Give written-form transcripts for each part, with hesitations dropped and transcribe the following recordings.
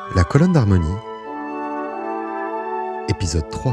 La colonne d'harmonie, épisode 3.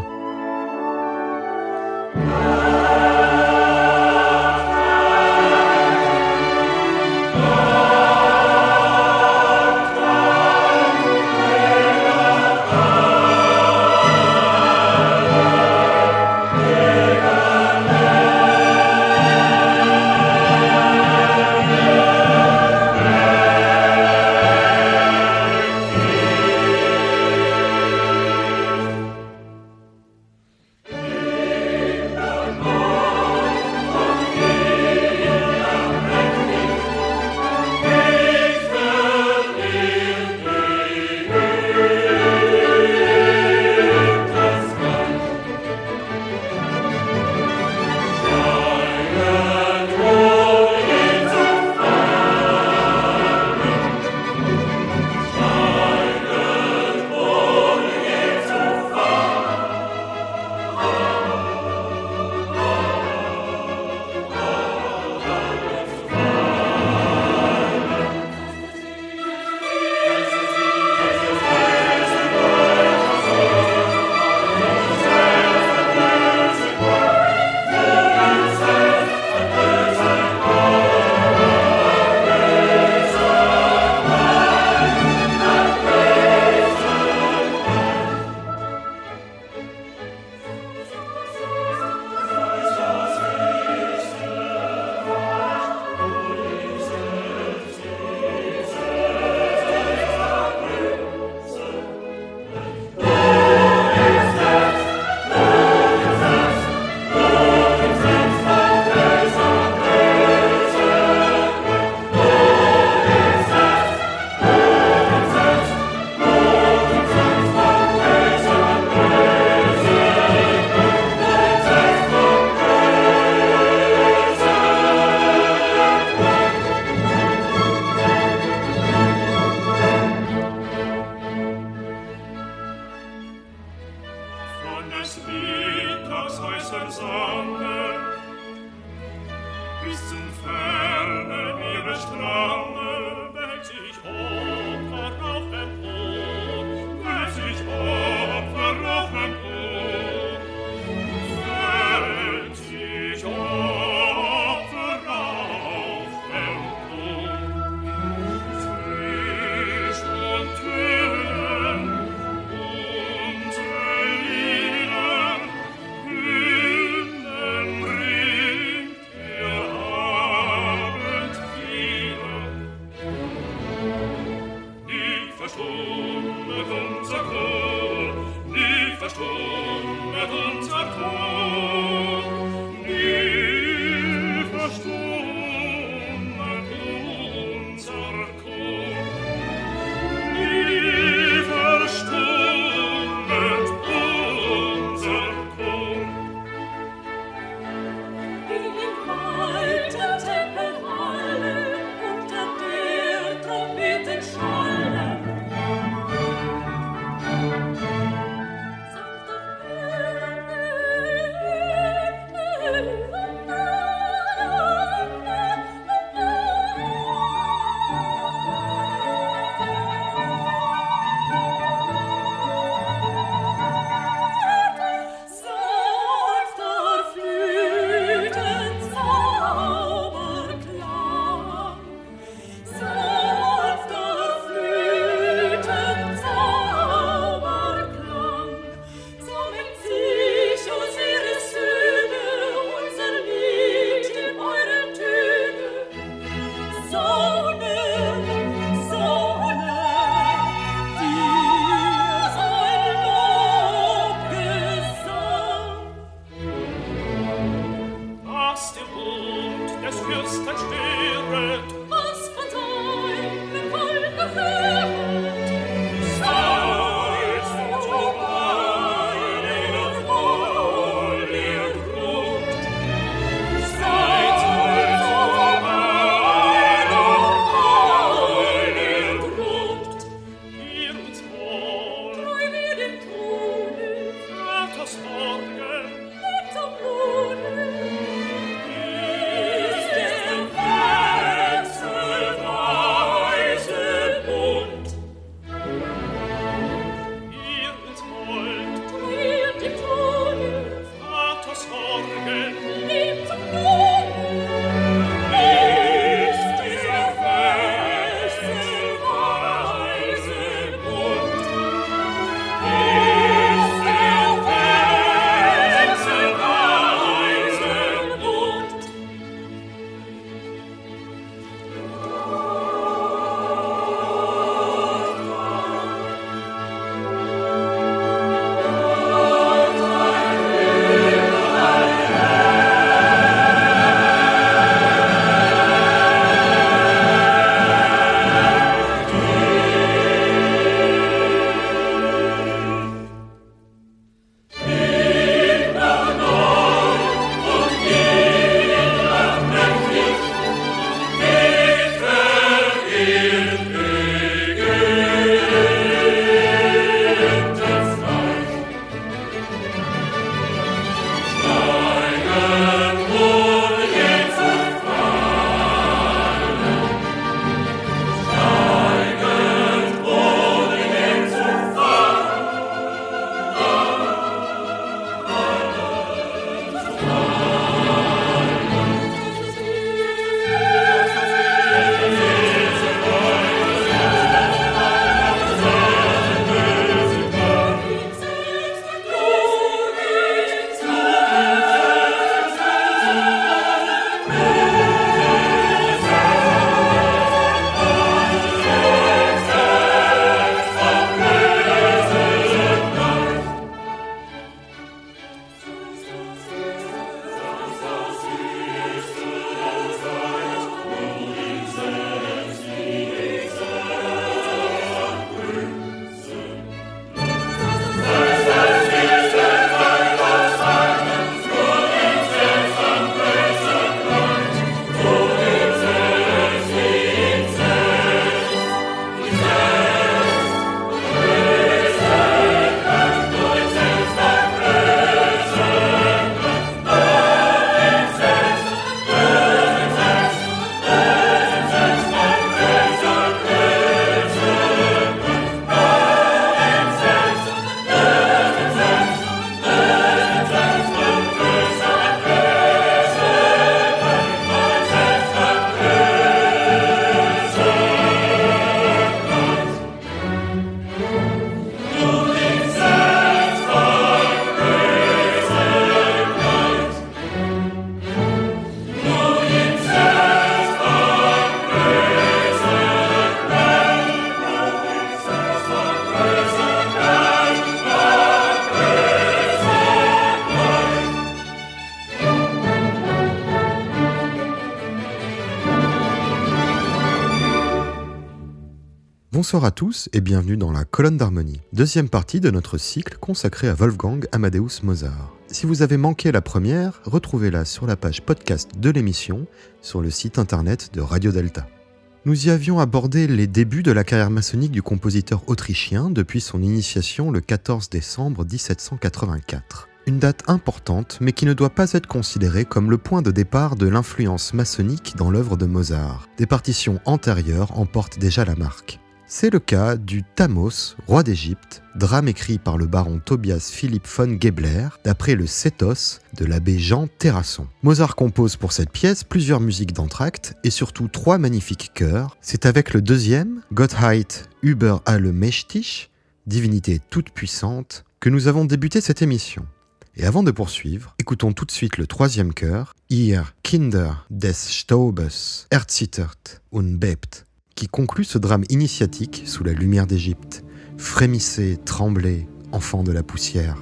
Bonsoir à tous et bienvenue dans la colonne d'harmonie, deuxième partie de notre cycle consacré à Wolfgang Amadeus Mozart. Si vous avez manqué la première, retrouvez-la sur la page podcast de l'émission, sur le site internet de Radio Delta. Nous y avions abordé les débuts de la carrière maçonnique du compositeur autrichien depuis son initiation le 14 décembre 1784. Une date importante, mais qui ne doit pas être considérée comme le point de départ de l'influence maçonnique dans l'œuvre de Mozart. Des partitions antérieures en portent déjà la marque. C'est le cas du Thamos, roi d'Égypte, drame écrit par le baron Tobias Philipp von Gebler, d'après le Cétos de l'abbé Jean Terrasson. Mozart compose pour cette pièce plusieurs musiques d'entr'acte et surtout 3 magnifiques chœurs. C'est avec le deuxième, Gottheit über alle mächtig, divinité toute puissante, que nous avons débuté cette émission. Et avant de poursuivre, écoutons tout de suite le 3e chœur, Ihr Kinder des Staubes, erzittert und bebt, qui conclut ce drame initiatique sous la lumière d'Égypte. Frémissez, tremblez, enfants de la poussière.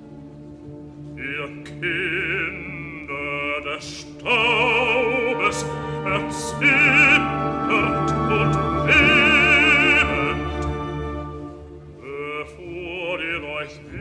Ihr Kinder des Staubes, erzittert und bebt, bevor die Leuchtbilder,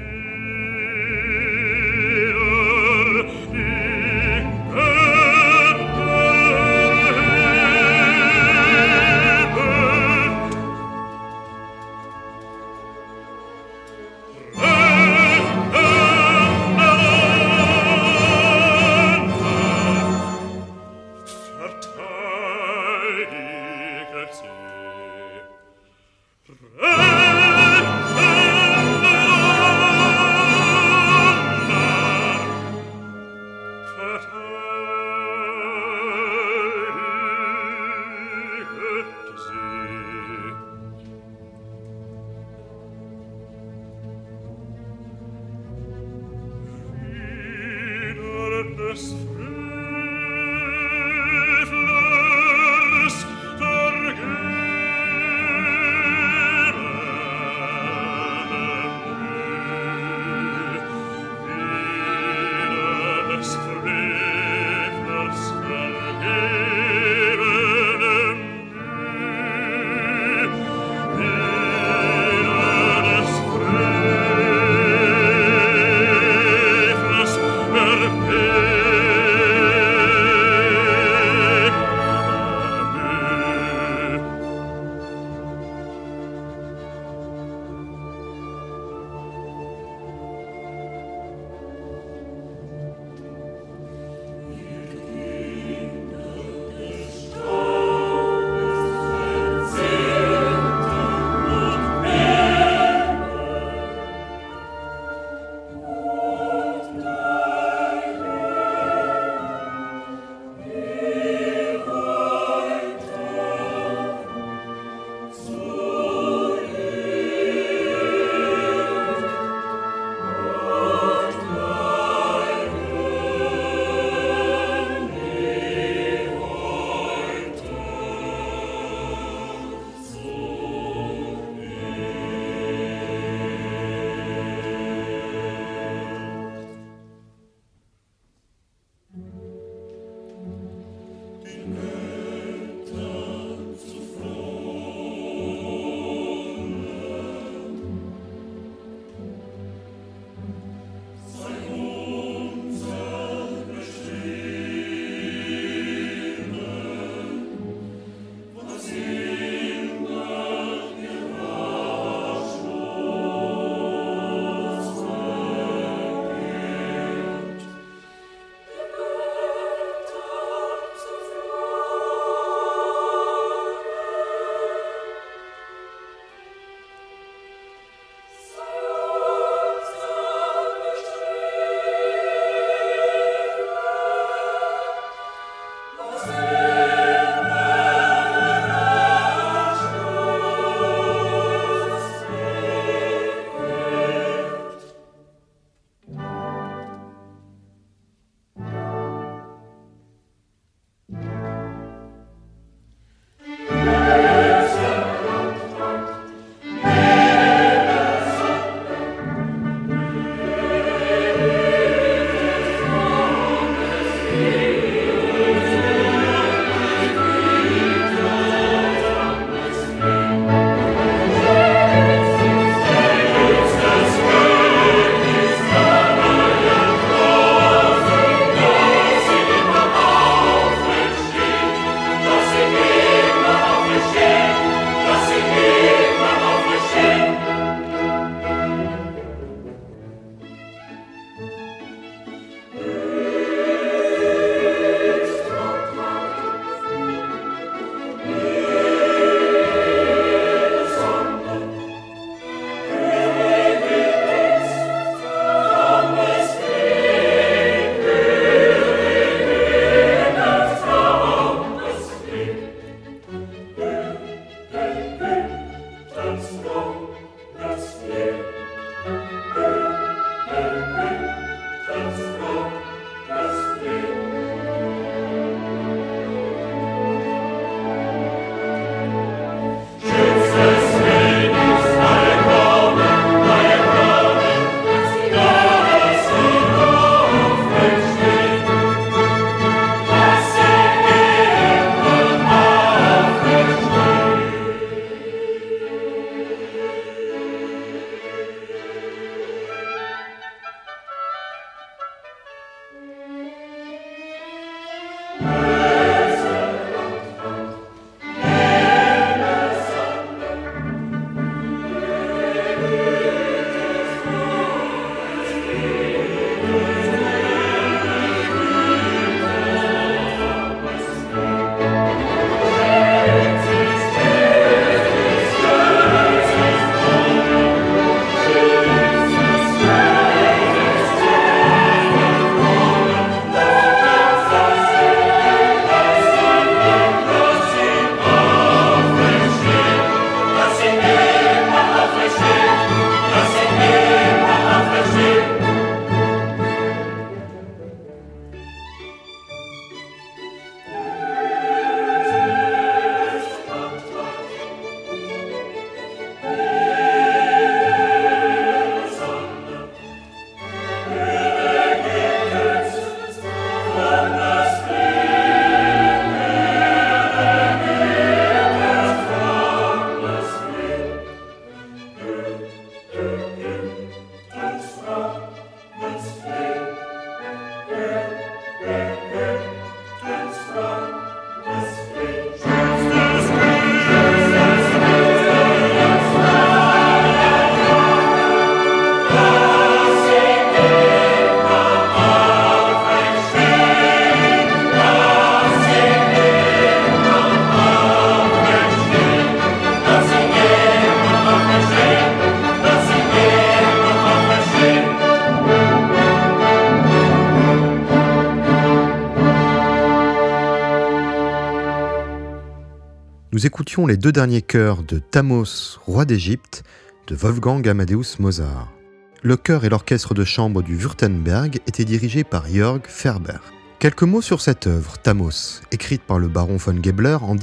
nous écoutions les 2 derniers chœurs de Thamos, roi d'Égypte, de Wolfgang Amadeus Mozart. Le chœur et l'orchestre de chambre du Württemberg étaient dirigés par Jörg Ferber. Quelques mots sur cette œuvre, Thamos, écrite par le baron von Gebler en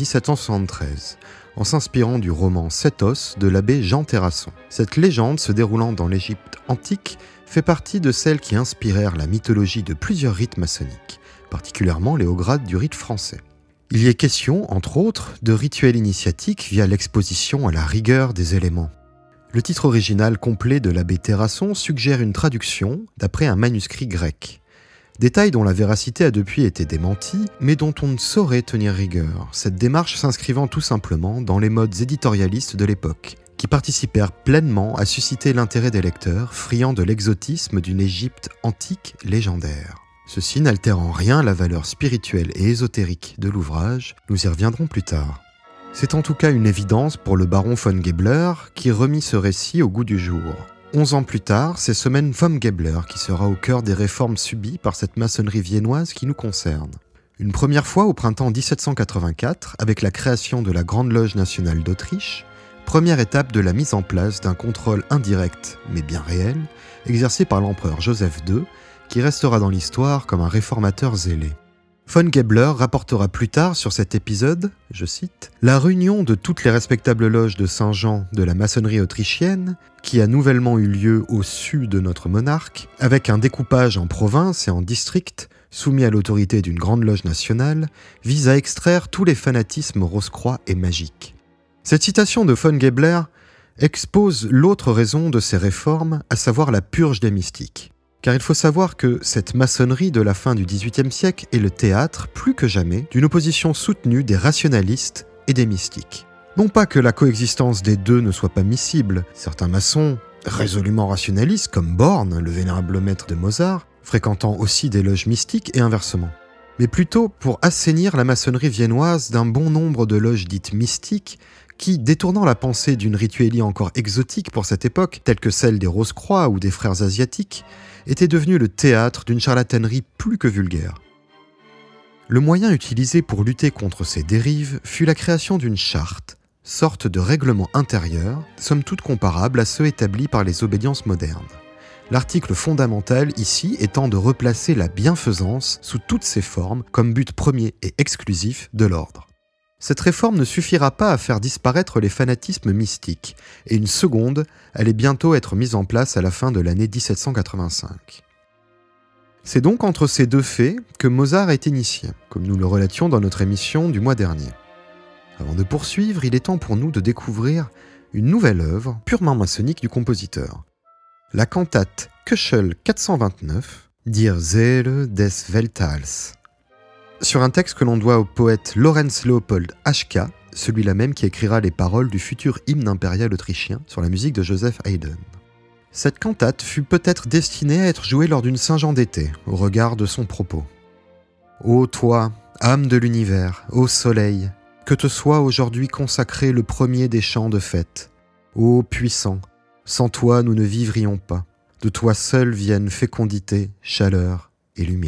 1773, en s'inspirant du roman Sethos de l'abbé Jean Terrasson. Cette légende, se déroulant dans l'Égypte antique, fait partie de celles qui inspirèrent la mythologie de plusieurs rites maçonniques, particulièrement les hauts grades du rite français. Il y est question, entre autres, de rituels initiatiques via l'exposition à la rigueur des éléments. Le titre original complet de l'abbé Terrasson suggère une traduction d'après un manuscrit grec. Détail dont la véracité a depuis été démentie, mais dont on ne saurait tenir rigueur, cette démarche s'inscrivant tout simplement dans les modes éditorialistes de l'époque, qui participèrent pleinement à susciter l'intérêt des lecteurs, friands de l'exotisme d'une Égypte antique légendaire. Ceci n'altère en rien la valeur spirituelle et ésotérique de l'ouvrage, nous y reviendrons plus tard. C'est en tout cas une évidence pour le baron von Gebler, qui remit ce récit au goût du jour. 11 ans plus tard, c'est Semen von Gebler qui sera au cœur des réformes subies par cette maçonnerie viennoise qui nous concerne. Une première fois au printemps 1784, avec la création de la Grande Loge nationale d'Autriche, première étape de la mise en place d'un contrôle indirect, mais bien réel, exercé par l'empereur Joseph II, qui restera dans l'histoire comme un réformateur zélé. Von Gebler rapportera plus tard sur cet épisode, je cite, « La réunion de toutes les respectables loges de Saint-Jean de la maçonnerie autrichienne, qui a nouvellement eu lieu au sud de notre monarque, avec un découpage en provinces et en districts, soumis à l'autorité d'une grande loge nationale, vise à extraire tous les fanatismes rose-croix et magiques. » Cette citation de von Gebler expose l'autre raison de ces réformes, à savoir la purge des mystiques. Car il faut savoir que cette maçonnerie de la fin du XVIIIe siècle est le théâtre, plus que jamais, d'une opposition soutenue des rationalistes et des mystiques. Non pas que la coexistence des deux ne soit pas miscible, certains maçons, résolument rationalistes comme Born, le vénérable maître de Mozart, fréquentant aussi des loges mystiques et inversement. Mais plutôt pour assainir la maçonnerie viennoise d'un bon nombre de loges dites mystiques qui, détournant la pensée d'une rituelie encore exotique pour cette époque, telle que celle des Rose-Croix ou des Frères asiatiques, était devenu le théâtre d'une charlatanerie plus que vulgaire. Le moyen utilisé pour lutter contre ces dérives fut la création d'une charte, sorte de règlement intérieur, somme toute comparable à ceux établis par les obédiences modernes. L'article fondamental ici étant de replacer la bienfaisance sous toutes ses formes comme but premier et exclusif de l'ordre. Cette réforme ne suffira pas à faire disparaître les fanatismes mystiques, et une seconde allait bientôt être mise en place à la fin de l'année 1785. C'est donc entre ces deux faits que Mozart est initié, comme nous le relations dans notre émission du mois dernier. Avant de poursuivre, il est temps pour nous de découvrir une nouvelle œuvre purement maçonnique du compositeur. La cantate Köchel 429, Die Seele des Weltalls, sur un texte que l'on doit au poète Lorenz Leopold Haschka, celui-là même qui écrira les paroles du futur hymne impérial autrichien sur la musique de Joseph Haydn. Cette cantate fut peut-être destinée à être jouée lors d'une Saint-Jean d'été, au regard de son propos. « Ô toi, âme de l'univers, ô soleil, que te soit aujourd'hui consacré le premier des chants de fête. Ô puissant, sans toi nous ne vivrions pas. De toi seul viennent fécondité, chaleur et lumière. »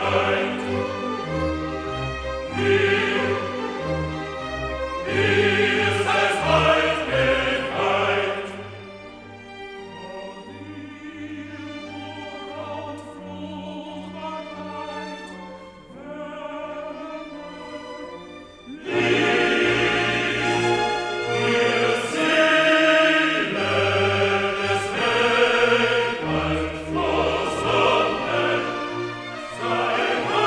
Sei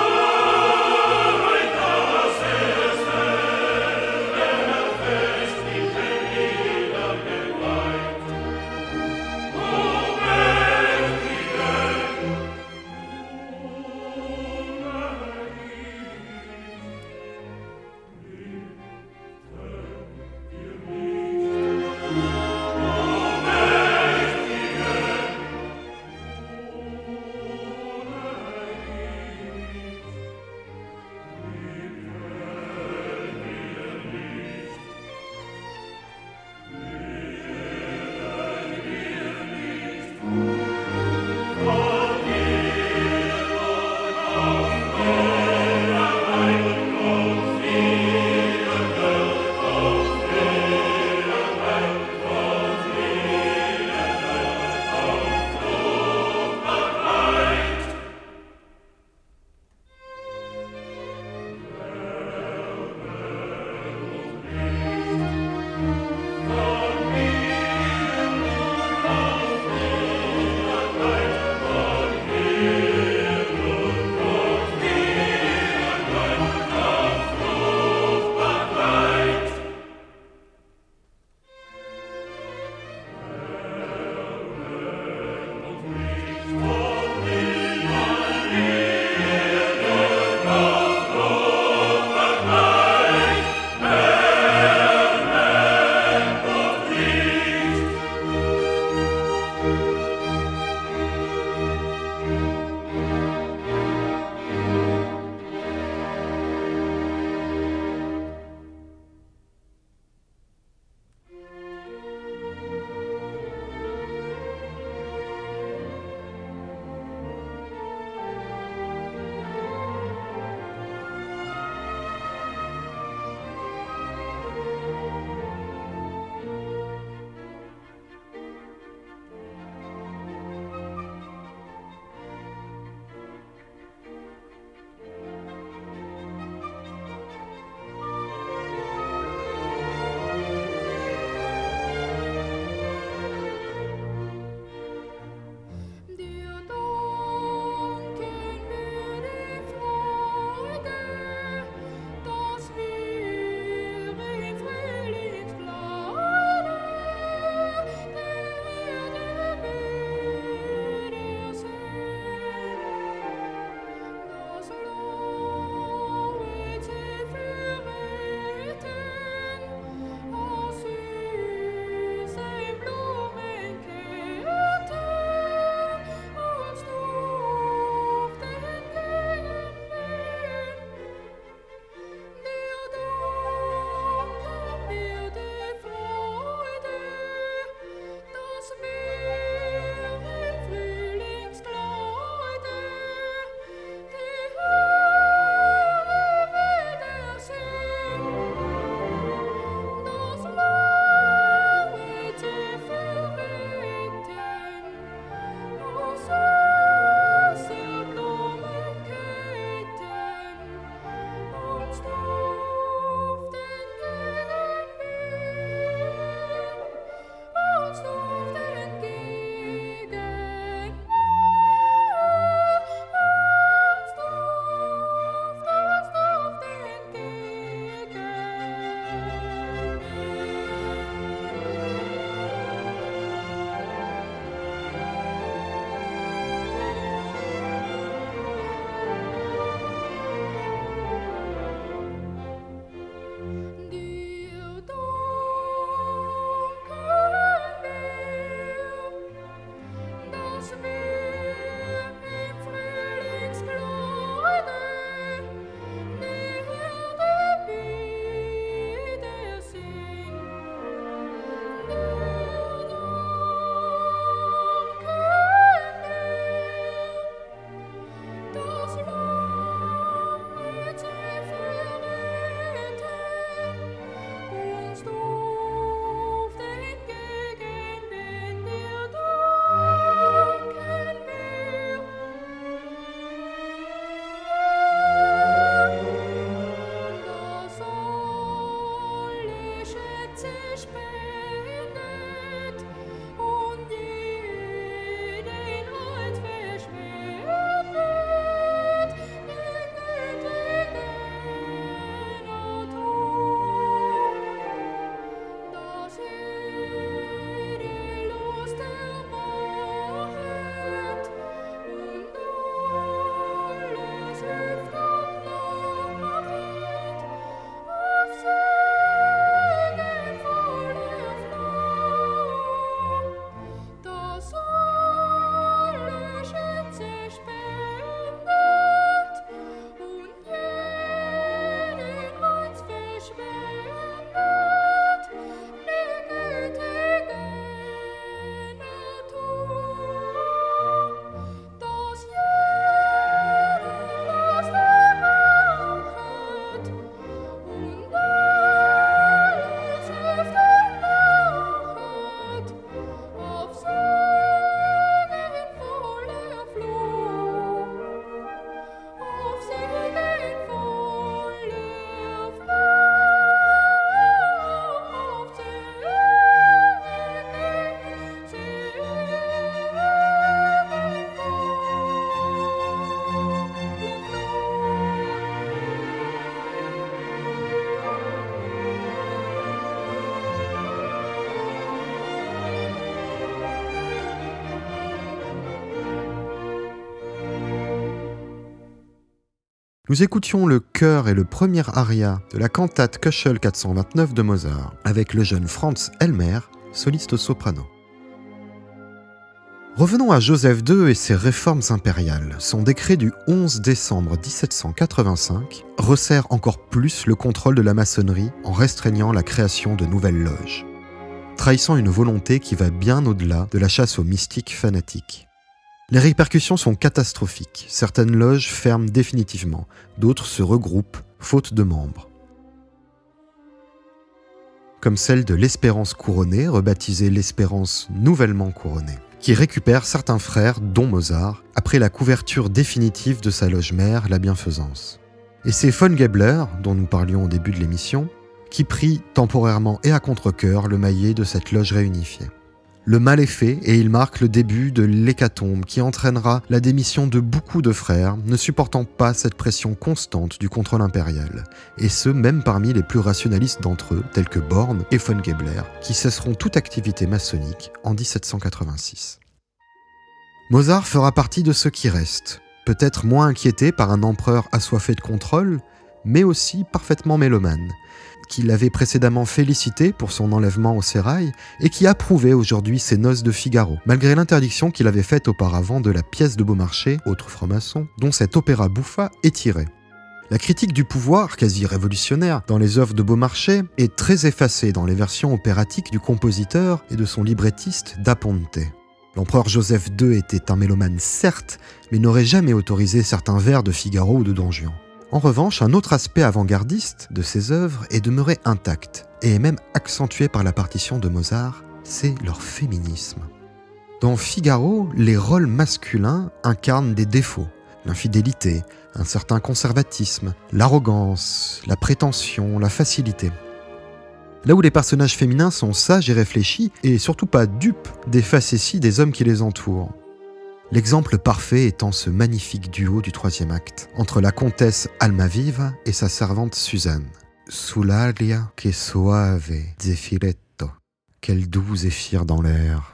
Nous écoutions le chœur et le premier aria de la cantate Köchel 429 de Mozart, avec le jeune Franz Elmer, soliste soprano. Revenons à Joseph II et ses réformes impériales. Son décret du 11 décembre 1785 resserre encore plus le contrôle de la maçonnerie en restreignant la création de nouvelles loges, trahissant une volonté qui va bien au-delà de la chasse aux mystiques fanatiques. Les répercussions sont catastrophiques. Certaines loges ferment définitivement, d'autres se regroupent, faute de membres. Comme celle de l'Espérance couronnée, rebaptisée l'Espérance nouvellement couronnée, qui récupère certains frères, dont Mozart, après la couverture définitive de sa loge mère, la Bienfaisance. Et c'est von Gebler, dont nous parlions au début de l'émission, qui prit temporairement et à contre-cœur le maillet de cette loge réunifiée. Le mal est fait et il marque le début de l'hécatombe qui entraînera la démission de beaucoup de frères ne supportant pas cette pression constante du contrôle impérial, et ce même parmi les plus rationalistes d'entre eux, tels que Born et von Gebler, qui cesseront toute activité maçonnique en 1786. Mozart fera partie de ceux qui restent, peut-être moins inquiétés par un empereur assoiffé de contrôle, mais aussi parfaitement mélomane, qui l'avait précédemment félicité pour son enlèvement au sérail et qui approuvait aujourd'hui ses noces de Figaro, malgré l'interdiction qu'il avait faite auparavant de la pièce de Beaumarchais, autre franc-maçon, dont cet opéra bouffa est tiré. La critique du pouvoir, quasi révolutionnaire, dans les œuvres de Beaumarchais est très effacée dans les versions opératiques du compositeur et de son librettiste Da Ponte. L'empereur Joseph II était un mélomane certes, mais n'aurait jamais autorisé certains vers de Figaro ou de Don Juan. En revanche, un autre aspect avant-gardiste de ces œuvres est demeuré intact, et est même accentué par la partition de Mozart, c'est leur féminisme. Dans Figaro, les rôles masculins incarnent des défauts, l'infidélité, un certain conservatisme, l'arrogance, la prétention, la facilité. Là où les personnages féminins sont sages et réfléchis, et surtout pas dupes des facéties des hommes qui les entourent. L'exemple parfait étant ce magnifique duo du troisième acte, entre la comtesse Almaviva et sa servante Suzanne. Sull'aria che soave zeffiretto, quel doux zéphyr dans l'air.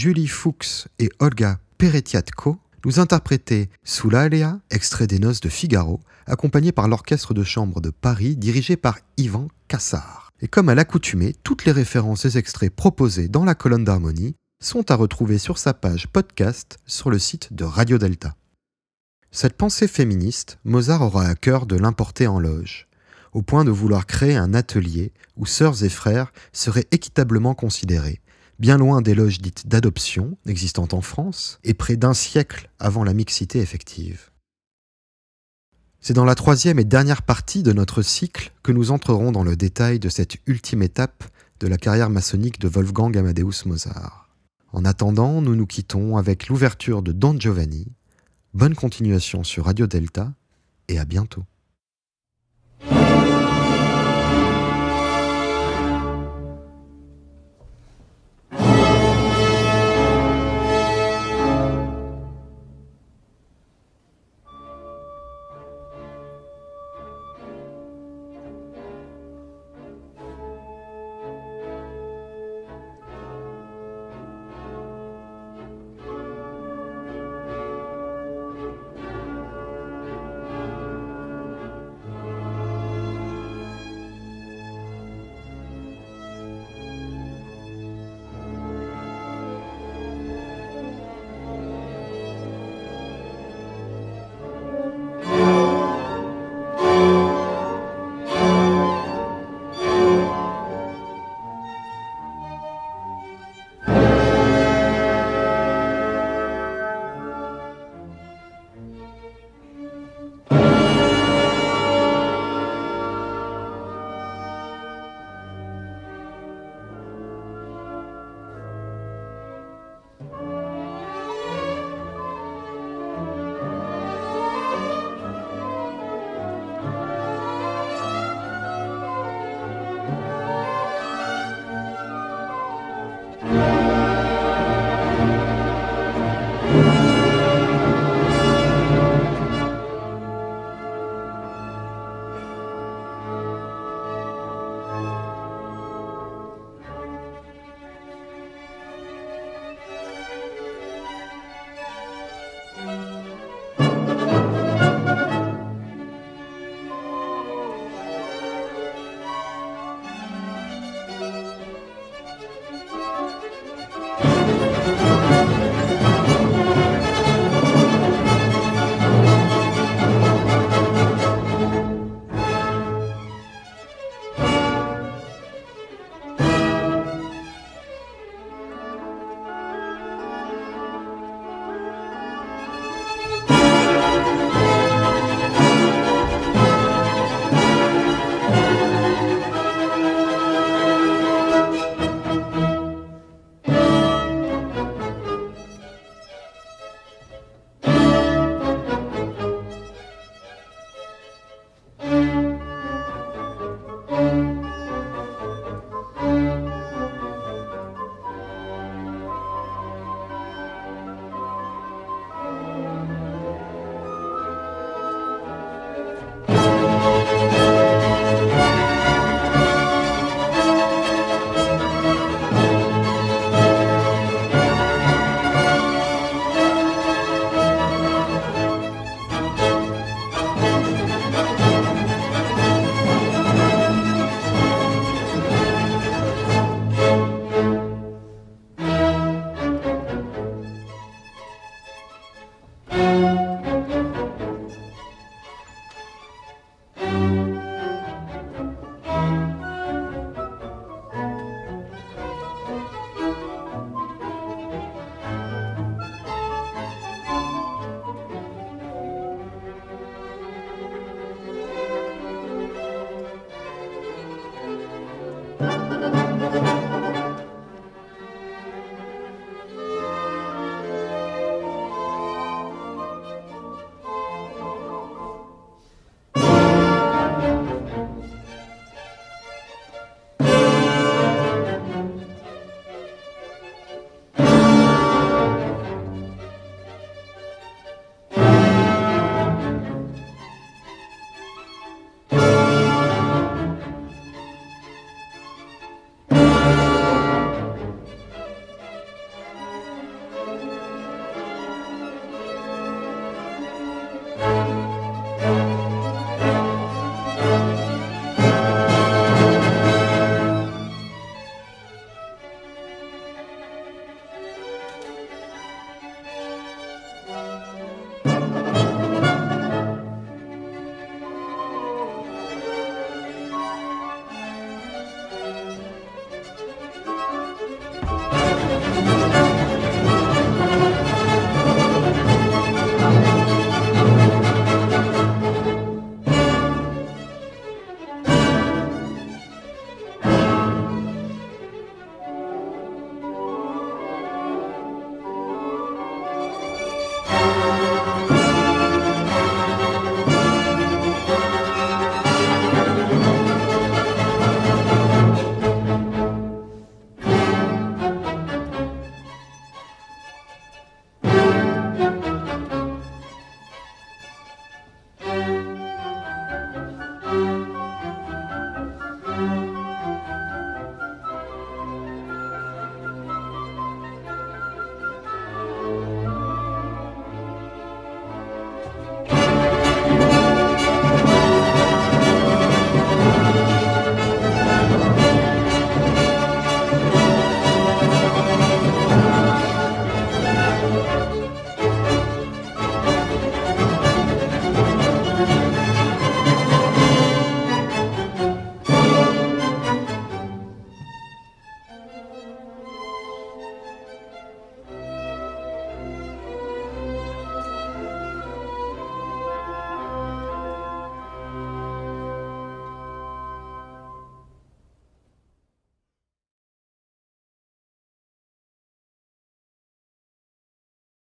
Julie Fuchs et Olga Peretiatko nous interprétaient Soulalia, extrait des Noces de Figaro, accompagné par l'Orchestre de chambre de Paris, dirigé par Ivan Cassar. Et comme à l'accoutumée, toutes les références et extraits proposés dans la colonne d'harmonie sont à retrouver sur sa page podcast sur le site de Radio Delta. Cette pensée féministe, Mozart aura à cœur de l'importer en loge, au point de vouloir créer un atelier où sœurs et frères seraient équitablement considérés, bien loin des loges dites d'adoption, existantes en France, et près d'un siècle avant la mixité effective. C'est dans la troisième et dernière partie de notre cycle que nous entrerons dans le détail de cette ultime étape de la carrière maçonnique de Wolfgang Amadeus Mozart. En attendant, nous nous quittons avec l'ouverture de Don Giovanni. Bonne continuation sur Radio Delta et à bientôt.